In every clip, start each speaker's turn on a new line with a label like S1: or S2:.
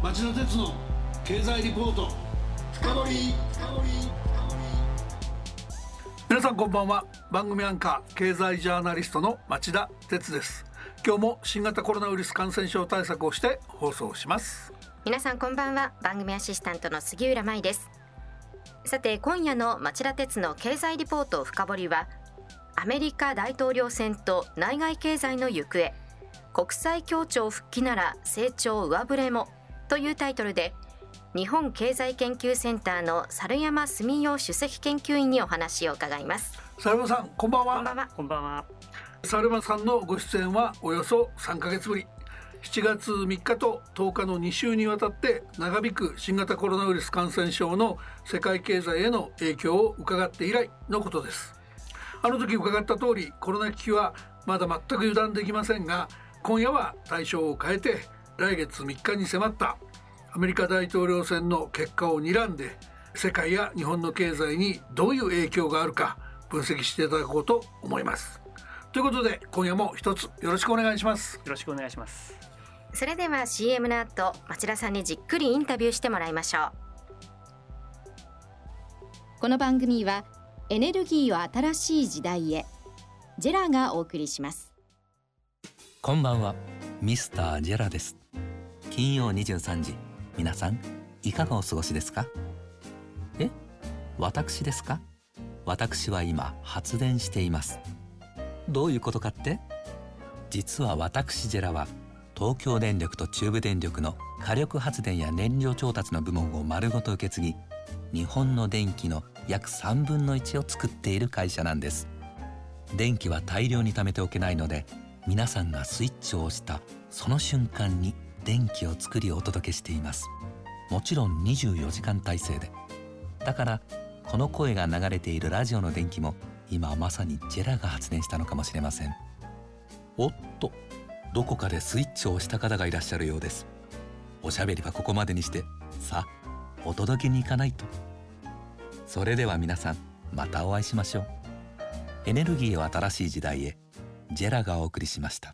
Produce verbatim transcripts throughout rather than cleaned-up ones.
S1: 町田鉄の経済リポート深掘り。皆さんこんばんは。番組アンカー経済ジャーナリストの町田鉄です。今日も新型コロナウイルス感染症対策をして放送します。
S2: 皆さんこんばんは。番組アシスタントの杉浦舞です。さて今夜の町田鉄の経済リポート深掘りは、アメリカ大統領選と内外経済の行方、国際協調復帰なら成長上振れもというタイトルで、日本経済研究センターの猿山澄代首席研究員にお話を伺います。
S1: 猿山さんこんばんは。
S2: こんばんは。
S3: こんばんは。
S1: 猿山さんのご出演はおよそさんかげつぶり。しちがつみっかととおかのに週にわたって長引く新型コロナウイルス感染症の世界経済への影響を伺って以来のことです。あの時伺った通り、コロナ危機はまだ全く油断できませんが、今夜は対象を変えて来月みっかに迫ったアメリカ大統領選の結果を睨んで、世界や日本の経済にどういう影響があるか分析していただこうと思います。ということで今夜も一つよろしくお願いします。
S3: よろしくお願いします。
S2: それでは シーエム の後、町田さんにじっくりインタビューしてもらいましょう。この番組はエネルギーを新しい時代へ、ジェラがお送りします。
S4: こんばんは、ミスタージェラです。金曜にじゅうさんじ、皆さんいかがお過ごしですか？え、私ですか？私は今発電しています。どういうことかって？実は私ジェラは東京電力と中部電力の火力発電や燃料調達の部門を丸ごと受け継ぎ、日本の電気の約さんぶんのいちを作っている会社なんです。電気は大量に貯めておけないので、皆さんがスイッチを押したその瞬間に電気を作りお届けしています。もちろんにじゅうよじかん体制で。だからこの声が流れているラジオの電気も今まさにジェラが発電したのかもしれません。おっと、どこかでスイッチを押した方がいらっしゃるようです。おしゃべりはここまでにして、さあお届けに行かないと。それでは皆さん、またお会いしましょう。エネルギーを新しい時代へ、ジェラがお送りしました。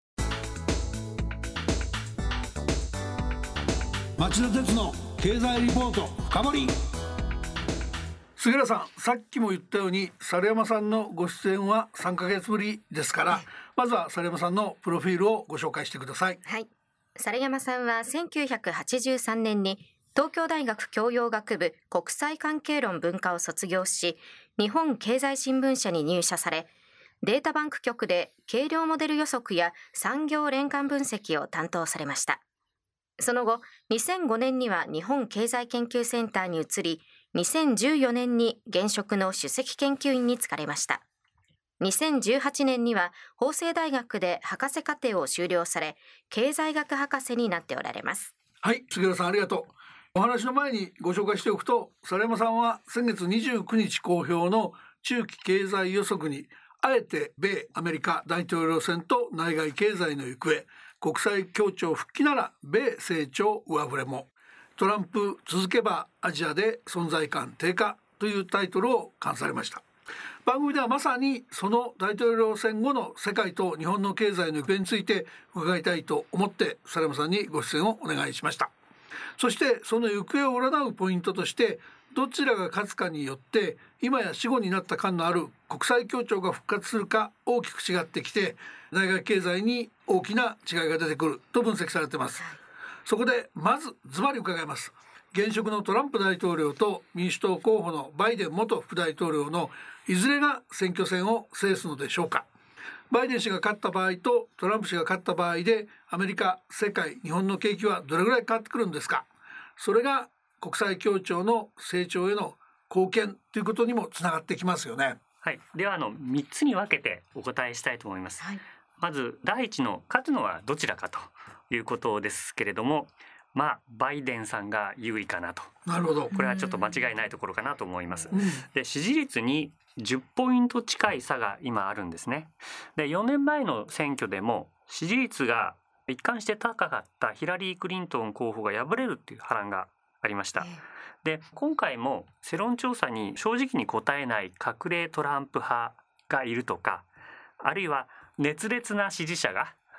S1: 町田鉄の経済リポート深掘り。杉浦さん、さっきも言ったように猿山さんのご出演はさんかげつぶりですから、まずは猿山さんのプロフィールをご紹介してください。
S2: はい、猿山さんはせんきゅうひゃくはちじゅうさんねんに東京大学教養学部国際関係論文科を卒業し、日本経済新聞社に入社され、データバンク局で計量モデル予測や産業連関分析を担当されました。その後にせんごねんには日本経済研究センターに移り、にせんじゅうよねんに現職の首席研究員に就かれました。にせんじゅうはちねんには法政大学で博士課程を修了され、経済学博士になっておられます。
S1: はい、杉浦さんありがとう。お話の前にご紹介しておくと、猿山さんは先月にじゅうくにち公表の中期経済予測に、あえて米アメリカ大統領選と内外経済の行方、国際協調復帰なら米成長上振れも、トランプ続けばアジアで存在感低下というタイトルを冠されました。番組ではまさにその大統領選後の世界と日本の経済の行方について伺いたいと思って猿山さんにご出演をお願いしました。そしてその行方を占うポイントとして、どちらが勝つかによって今や死後になった感のある国際協調が復活するか大きく違ってきて、内外経済に大きな違いが出てくると分析されています。そこでまずズバリ伺います。現職のトランプ大統領と民主党候補のバイデン元副大統領のいずれが選挙戦を制すのでしょうか。バイデン氏が勝った場合とトランプ氏が勝った場合で、アメリカ、世界、日本の景気はどれぐらい変わってくるんですか。それが国際協調の成長への貢献ということにもつながってきますよね。
S3: はい、ではあのみっつに分けてお答えしたいと思います。はい、まず第一の勝つのはどちらかということですけれども、まあバイデンさんが有利かなと。
S1: なるほど。
S3: これはちょっと間違いないところかなと思います。
S1: うん、
S3: で支持率にじゅっポイント近い差が今あるんですね。でよねんまえの選挙でも支持率が一貫して高かったヒラリー・クリントン候補が敗れるっていう波乱がありました。で今回も世論調査に正直に答えない隠れトランプ派がいるとか、あるいは熱烈な支持者が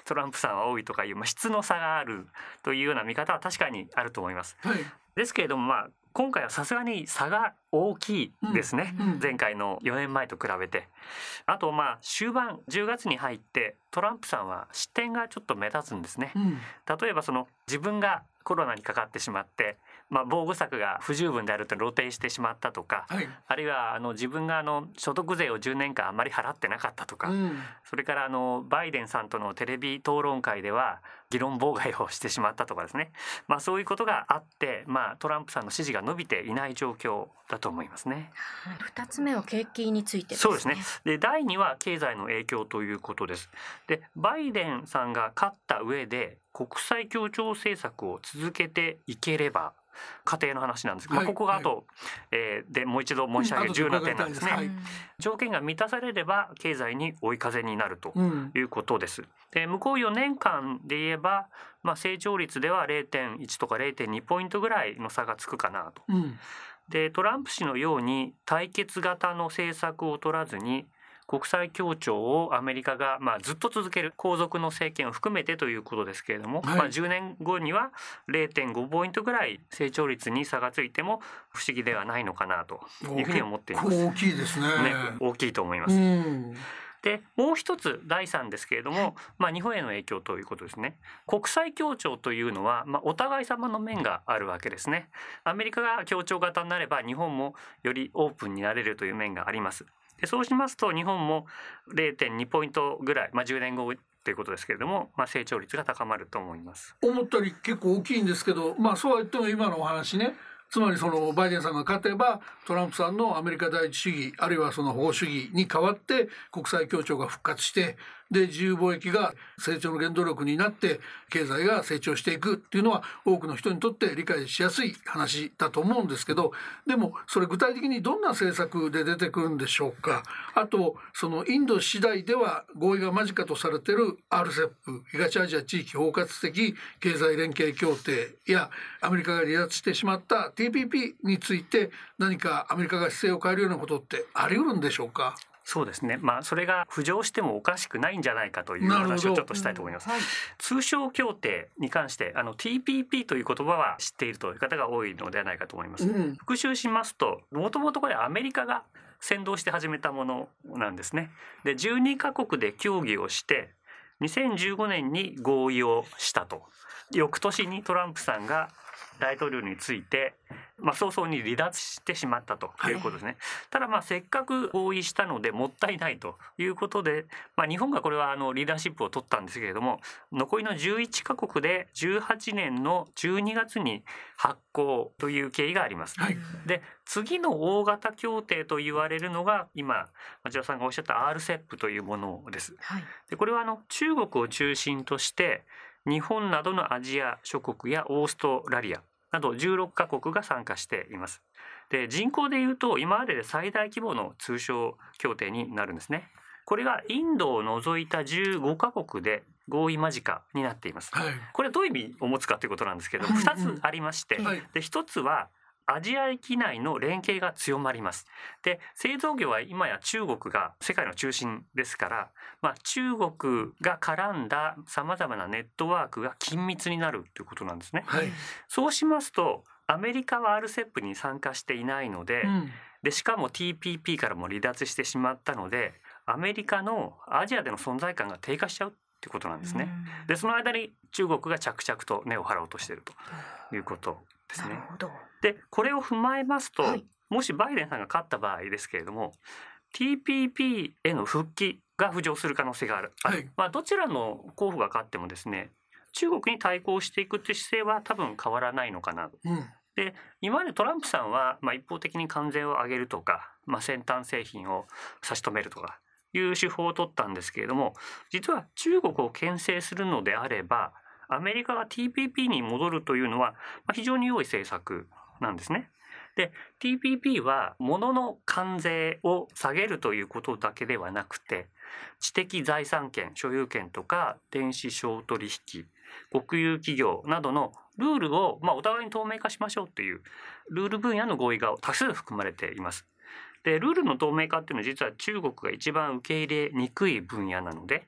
S3: トランプさんは多いとかいう、まあ、質の差があるというような見方は確かにあると思います。
S1: はい、
S3: ですけれども、まあ今回はさすがに差が大きいですね、
S1: うんうん、
S3: 前回のよねんまえと比べて。あとまあ終盤じゅうがつに入ってトランプさんは失点がちょっと目立つんですね、うん、例えばその自分がコロナにかかってしまって、まあ、防護策が不十分であると露呈してしまったとか、はい、あるいはあの自分があの所得税をじゅうねんかんあまり払ってなかったとか、うん、それからあのバイデンさんとのテレビ討論会では議論妨害をしてしまったとかですね、まあ、そういうことがあって、まあ、トランプさんの支持が伸びていない状況だと思いますね。
S2: ふたつめは景気についてですね。
S3: そうですね。でだいには経済の影響ということです。でバイデンさんが勝った上で国際協調政策を続けていければ、家庭の話なんですけど、はい、まあ、ここがあと、はい、えー、でもう一度申し上げる重要な点なんですね、はい、条件が満たされれば経済に追い風になるということです、うん、で向こうよねんかんで言えば、まあ、成長率では れいてんいち とか れいてんに ポイントぐらいの差がつくかなと、うん、でトランプ氏のように対決型の政策を取らずに国際協調をアメリカがまあずっと続ける、後続の政権を含めてということですけれども、はい、まあじゅうねんごには れいてんご ポイントぐらい成長率に差がついても不思議ではないのかなというふうに思っています。
S1: 大きいですね。
S3: ね、大きいと思います。うん、でもう一つだいさんですけれども、まあ、日本への影響ということですね。国際協調というのは、まあ、お互い様の面があるわけですね。アメリカが協調型になれば日本もよりオープンになれるという面があります。でそうしますと日本も れいてんに ポイントぐらい、まあ、じゅうねんごということですけれども、まあ、成長率が高まると思います。
S1: 思ったより結構大きいんですけど、まあそうは言っても今のお話ね、つまりそのバイデンさんが勝てばトランプさんのアメリカ第一主義あるいはその保護主義に代わって国際協調が復活して、で自由貿易が成長の原動力になって経済が成長していくっていうのは多くの人にとって理解しやすい話だと思うんですけど、でもそれ具体的にどんな政策で出てくるんでしょうか。あとそのインド次第では合意が間近とされている アールセップ 東アジア地域包括的経済連携協定やアメリカが離脱してしまった ティーピーピー について何かアメリカが姿勢を変えるようなことってあり得るんでしょうか。
S3: そうですね、まあ、それが浮上してもおかしくないんじゃないかという話をちょっとしたいと思います、うんはい、通商協定に関してあの ティーピーピー という言葉は知っているという方が多いのではないかと思います、うん、復習しますともともとこれアメリカが先導して始めたものなんですね。でじゅうにかこくで協議をしてにせんじゅうごねんに合意をしたと。翌年にトランプさんが大統領について、まあ、早々に離脱してしまったということですね、はい、ただまあせっかく合意したのでもったいないということで、まあ、日本がこれはあのリーダーシップを取ったんですけれども残りのじゅういっかこくでじゅうはちねんのじゅうにがつに発行という経緯があります、はい、で次の大型協定と言われるのが今町田さんがおっしゃった アールセップ というものです、はい、でこれはあの中国を中心として日本などのアジア諸国やオーストラリアなどじゅうろっかこくが参加しています。で人口でいうと今までで最大規模の通商協定になるんですね。これがインドを除いたじゅうごかこくで合意間近になっています、はい、これはどういう意味を持つかということなんですけどふたつありまして、はい、でひとつはアジア域内の連携が強まります。で製造業は今や中国が世界の中心ですから、まあ、中国が絡んださまざまなネットワークが緊密になるということなんですね、はい、そうしますとアメリカは アールセップ に参加していないので、うん、でしかも ティーピーピー からも離脱してしまったのでアメリカのアジアでの存在感が低下しちゃうということなんですね、うん、でその間に中国が着々と根を張ろうとしているということですね。
S2: なるほど。
S3: でこれを踏まえますと、はい、もしバイデンさんが勝った場合ですけれども ティーピーピー への復帰が浮上する可能性がある、はい、まあ、どちらの候補が勝ってもですね中国に対抗していくという姿勢は多分変わらないのかな、うん、で今までトランプさんはまあ一方的に関税を上げるとか、まあ、先端製品を差し止めるとかいう手法を取ったんですけれども実は中国を牽制するのであればアメリカが ティーピーピー に戻るというのは非常に良い政策なんですね。で ティーピーピー は物の関税を下げるということだけではなくて知的財産権所有権とか電子商取引国有企業などのルールをまあお互いに透明化しましょうというルール分野の合意が多数含まれています。でルールの透明化っていうのは実は中国が一番受け入れにくい分野なので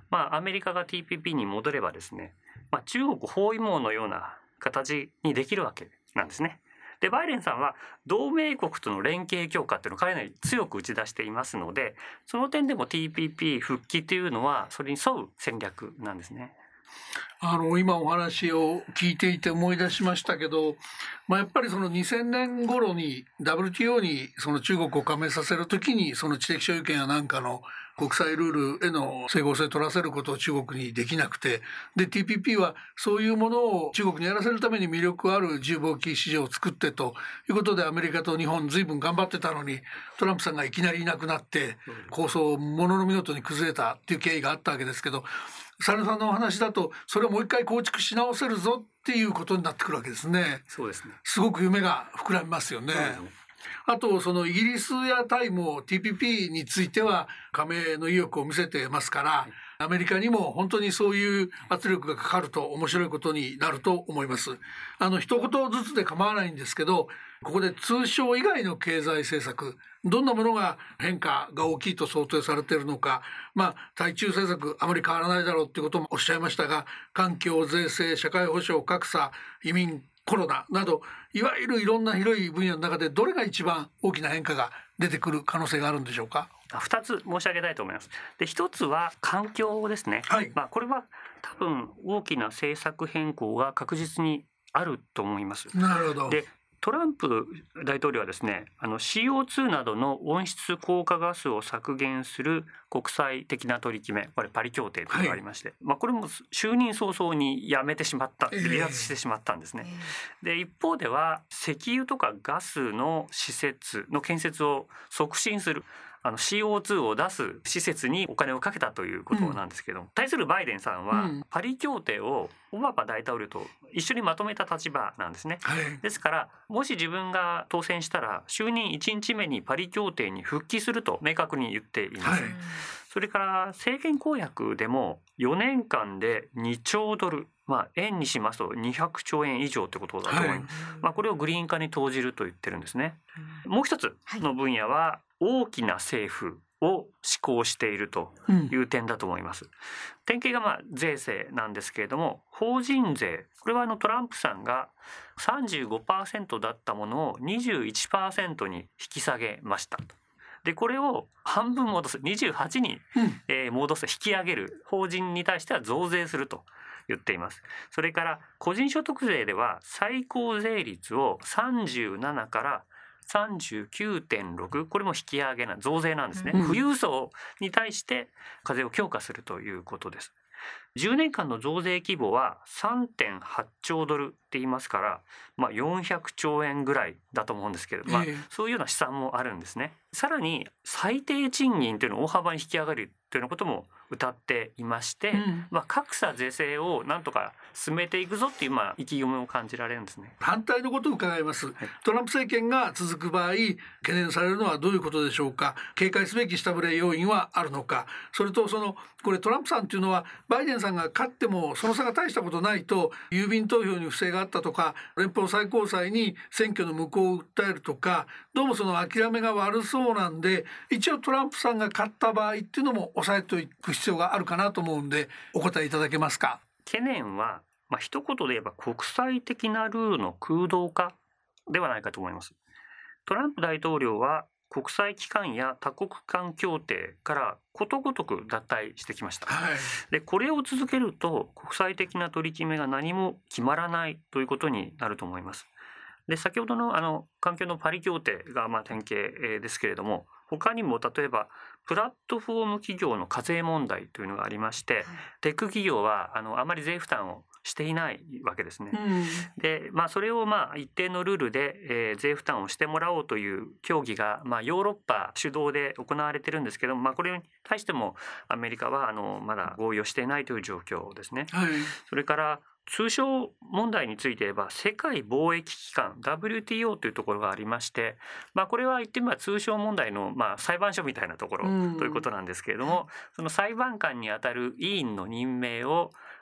S3: まあ、アメリカが ティーピーピー に戻ればですね、まあ、中国包囲網のような形にできるわけなんですね。でバイデンさんは同盟国との連携強化っていうのをかなり強く打ち出していますので、その点でも ティーピーピー 復帰というのはそれに沿う戦略なんですね。
S1: あの今お話を聞いていて思い出しましたけど、まあ、やっぱりそのにせんねん頃に ダブリューティーオー にその中国を加盟させるときにその知的所有権やなんかの国際ルールへの整合性を取らせることを中国にできなくて、で ティーピーピー はそういうものを中国にやらせるために魅力ある自由貿易市場を作ってということでアメリカと日本随分頑張ってたのに、トランプさんがいきなりいなくなって構想をものの見事に崩れたっていう経緯があったわけですけど、サルさんのお話だとそれをもう一回構築し直せるぞっていうことになってくるわけですね。
S3: そうですね。
S1: すごく夢が膨らみますよね。
S3: そうですね。
S1: あとそのイギリスやタイも ティーピーピー については加盟の意欲を見せてますから、はい、アメリカにも本当にそういう圧力がかかると面白いことになると思います。あの一言ずつで構わないんですけど、ここで通商以外の経済政策、どんなものが変化が大きいと想定されているのか、まあ対中政策あまり変わらないだろうということもおっしゃいましたが、環境、税制、社会保障、格差、移民、コロナなどいわゆるいろんな広い分野の中でどれが一番大きな変化が出てくる可能性があるんでしょうか。
S3: ふたつ申し上げたいと思います。でひとつは環境ですね、
S1: はい。
S3: まあ、これは多分大きな政策変更が確実にあると思います。
S1: なるほど。
S3: でトランプ大統領はですね、あの シーオーツー などの温室効果ガスを削減する国際的な取り決め、これパリ協定というのがありまして、はい、まあ、これも就任早々にやめてしまった、離脱してしまったんですね。えー、で一方では石油とかガスの施設の建設を促進する、あの シーオーツー を出す施設にお金をかけたということなんですけども、うん、対するバイデンさんはパリ協定をオバマ大統領と一緒にまとめた立場なんですね。はい、ですからもし自分が当選したら就任いちにちめにパリ協定に復帰すると明確に言っています。はい、それから政権公約でもよねんかんでにちょうドル、まあ、円にしますとにひゃくちょうえん以上ってことだと思います。はい、まあ、これをグリーン化に投じると言ってるんですね。もう一つの分野は大きな政府を施行しているという点だと思います。うん、典型がまあ税制なんですけれども、法人税、これはあのトランプさんが さんじゅうごパーセント だったものを にじゅういちパーセント に引き下げましたと。でこれを半分戻す、にじゅうはちに、うんえー、戻す、引き上げる、法人に対しては増税すると言っています。それから個人所得税では最高税率をさんじゅうななからさんじゅうきゅうてんろく、これも引き上げな増税なんですね。うん、富裕層に対して課税を強化するということです。じゅうねんかんの増税規模は さんてんはちちょうドルって言いますから、まあ、よんひゃくちょうえんぐらいだと思うんですけど、まあ、そういうような試算もあるんですね。さらに最低賃金というのを大幅に引き上げるというようなことも謳っていまして、うん、まあ、格差是正をなんとか進めていくぞっていう、まあ、意気込みを感じられるんですね。
S1: 反対のことを伺います。はい、トランプ政権が続く場合懸念されるのはどういうことでしょうか。警戒すべき下振れ要因はあるのか、それとそのこれトランプさんというのはバイデンさんが勝ってもその差が大したことないと、郵便投票に不正があったとか連邦最高裁に選挙の無効を訴えるとか、どうもその諦めが悪そうなんで、一応トランプさんが勝った場合っていうのも抑えていく必要があるかなと思うんでお答えいただけますか。
S3: 懸念は、まあ、一言で言えば国際的なルールの空洞化ではないかと思います。トランプ大統領は国際機関や多国間協定からことごとく脱退してきました。はい、でこれを続けると国際的な取り決めが何も決まらないということになると思います。で先ほどのあの環境のパリ協定がまあ典型ですけれども、他にも例えばプラットフォーム企業の課税問題というのがありまして、はい、テック企業はあのあまり税負担をしていないわけですね。うん、で、まあ、それをまあ一定のルールで、えー、税負担をしてもらおうという協議が、まあ、ヨーロッパ主導で行われてるんですけども、まあ、これに対してもアメリカはあのまだ合意をしていないという状況ですね。はい、それから通商問題について言えば世界貿易機関 ダブリューティーオー というところがありまして、まあ、これは言ってみれば通商問題のまあ裁判所みたいなところということなんですけれども、その裁判官にあたる委員の任命を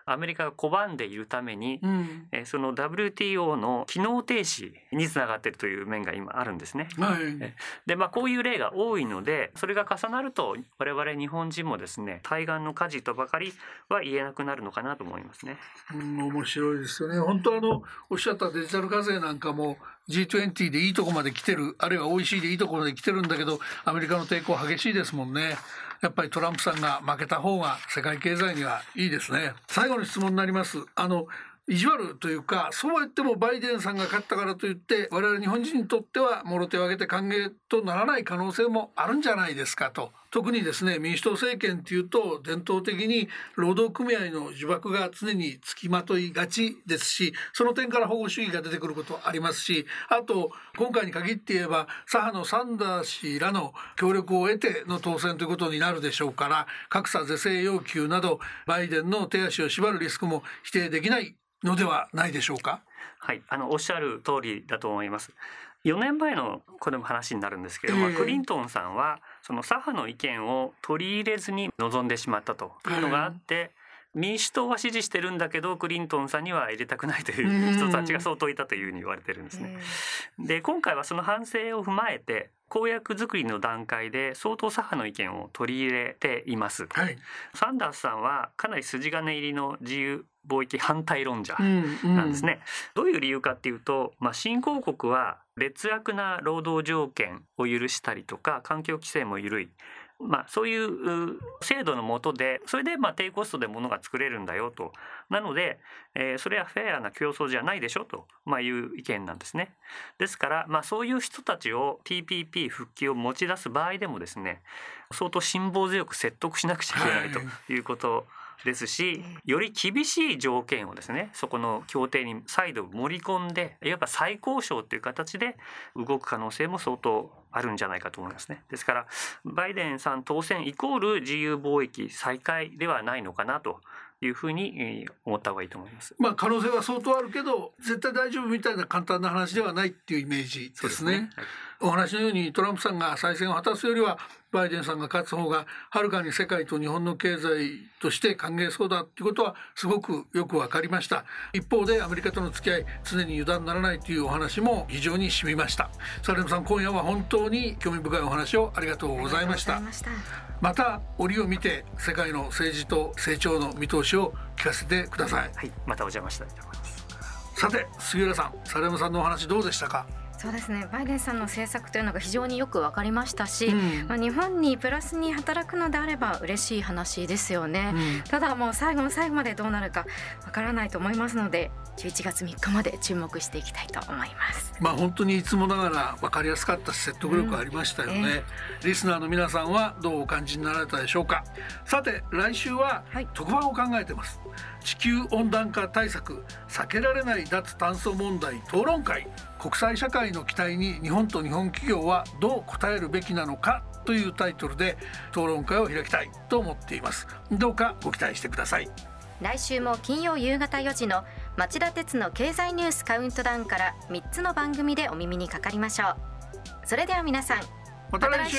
S3: アメリカが拒んでいるために、
S1: うん、
S3: えその ダブリューティーオー の機能停止につながっているという面が今あるんですね。
S1: はい、
S3: で、まあ、こういう例が多いので、それが重なると我々日本人もですね、対岸の火事とばかりは言えなくなるのかなと思いますね。
S1: うん、面白いですよね。本当あのおっしゃったデジタル課税なんかも ジートゥエンティー でいいとこまで来てる、あるいは オーイーシー でいいとこまで来てるんだけど、アメリカの抵抗激しいですもんね。やっぱりトランプさんが負けた方が世界経済にはいいですね。最後の質問になります。あの意地悪というか、そうは言ってもバイデンさんが勝ったからといって我々日本人にとってはもろ手を挙げて歓迎とならない可能性もあるんじゃないですかと。特にですね、民主党政権というと伝統的に労働組合の呪縛が常につきまといがちですし、その点から保護主義が出てくることありますし、あと今回に限って言えば左派のサンダー氏らの協力を得ての当選ということになるでしょうから、格差是正要求などバイデンの手足を縛るリスクも否定できないのではないでしょうか。
S3: はい、あのおっしゃる通りだと思います。よねんまえのこれも話になるんですけれども、えー、クリントンさんはその左派の意見を取り入れずに臨んでしまったというのがあって、えー、民主党は支持してるんだけどクリントンさんには入れたくないという人たちが相当いたというふうに言われてるんですね。えー、で今回はその反省を踏まえて公約作りの段階で相当左派の意見を取り入れています。はい、サンダースさんはかなり筋金入りの自由貿易反対論者なんですね。うんうん、どういう理由かっていうと、まあ、新興国は劣悪な労働条件を許したりとか環境規制も緩い、まあ、そういう制度の下でそれでまあ低コストで物が作れるんだよと。なので、えー、それはフェアな競争じゃないでしょと、まあ、いう意見なんですね。ですから、まあ、そういう人たちを ティーピーピー 復帰を持ち出す場合でもですね、相当辛抱強く説得しなくちゃいけないということですし、より厳しい条件をですね、そこの協定に再度盛り込んで、いわば再交渉という形で動く可能性も相当あるんじゃないかと思いますね。ですからバイデンさん当選イコール自由貿易再開ではないのかなというふうに思った方がいいと思います。
S1: まあ可能性は相当あるけど絶対大丈夫みたいな簡単な話ではないっていうイメージですね。そうですね。はい、お話のようにトランプさんが再選を果たすよりはバイデンさんが勝つ方がはるかに世界と日本の経済として歓迎そうだということはすごくよく分かりました。一方でアメリカとの付き合い常に油断ならないというお話も非常に染みました。サレムさん、今夜は本当に興味深いお話をありがとうございました。また折を見て世界の政治と成長の見通しを聞かせてください。
S3: はい、またお邪魔したいと思います。
S1: さて杉浦さん、サレムさんのお話どうでしたか？
S2: そうですね、バイデンさんの政策というのが非常によく分かりましたし、うん、まあ、日本にプラスに働くのであれば嬉しい話ですよね。うん、ただもう最後の最後までどうなるか分からないと思いますのでじゅういちがつみっかまで注目していきたいと思います。
S1: まあ本当にいつもながら分かりやすかったし説得力ありましたよね。うんえー、リスナーの皆さんはどうお感じになられたでしょうか？さて来週は特番を考えてます。はい、地球温暖化対策避けられない脱炭素問題討論会、国際社会の期待に日本と日本企業はどう応えるべきなのかというタイトルで討論会を開きたいと思っています。どうかご期待してください。
S2: 来週も金曜夕方よじの町田鉄の経済ニュースカウントダウンからみっつの番組でお耳にかかりましょう。それでは皆さん、
S1: また来週。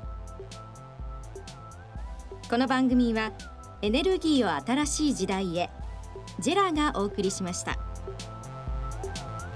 S5: この番組はエネルギーを新しい時代へジェラがお送りしました。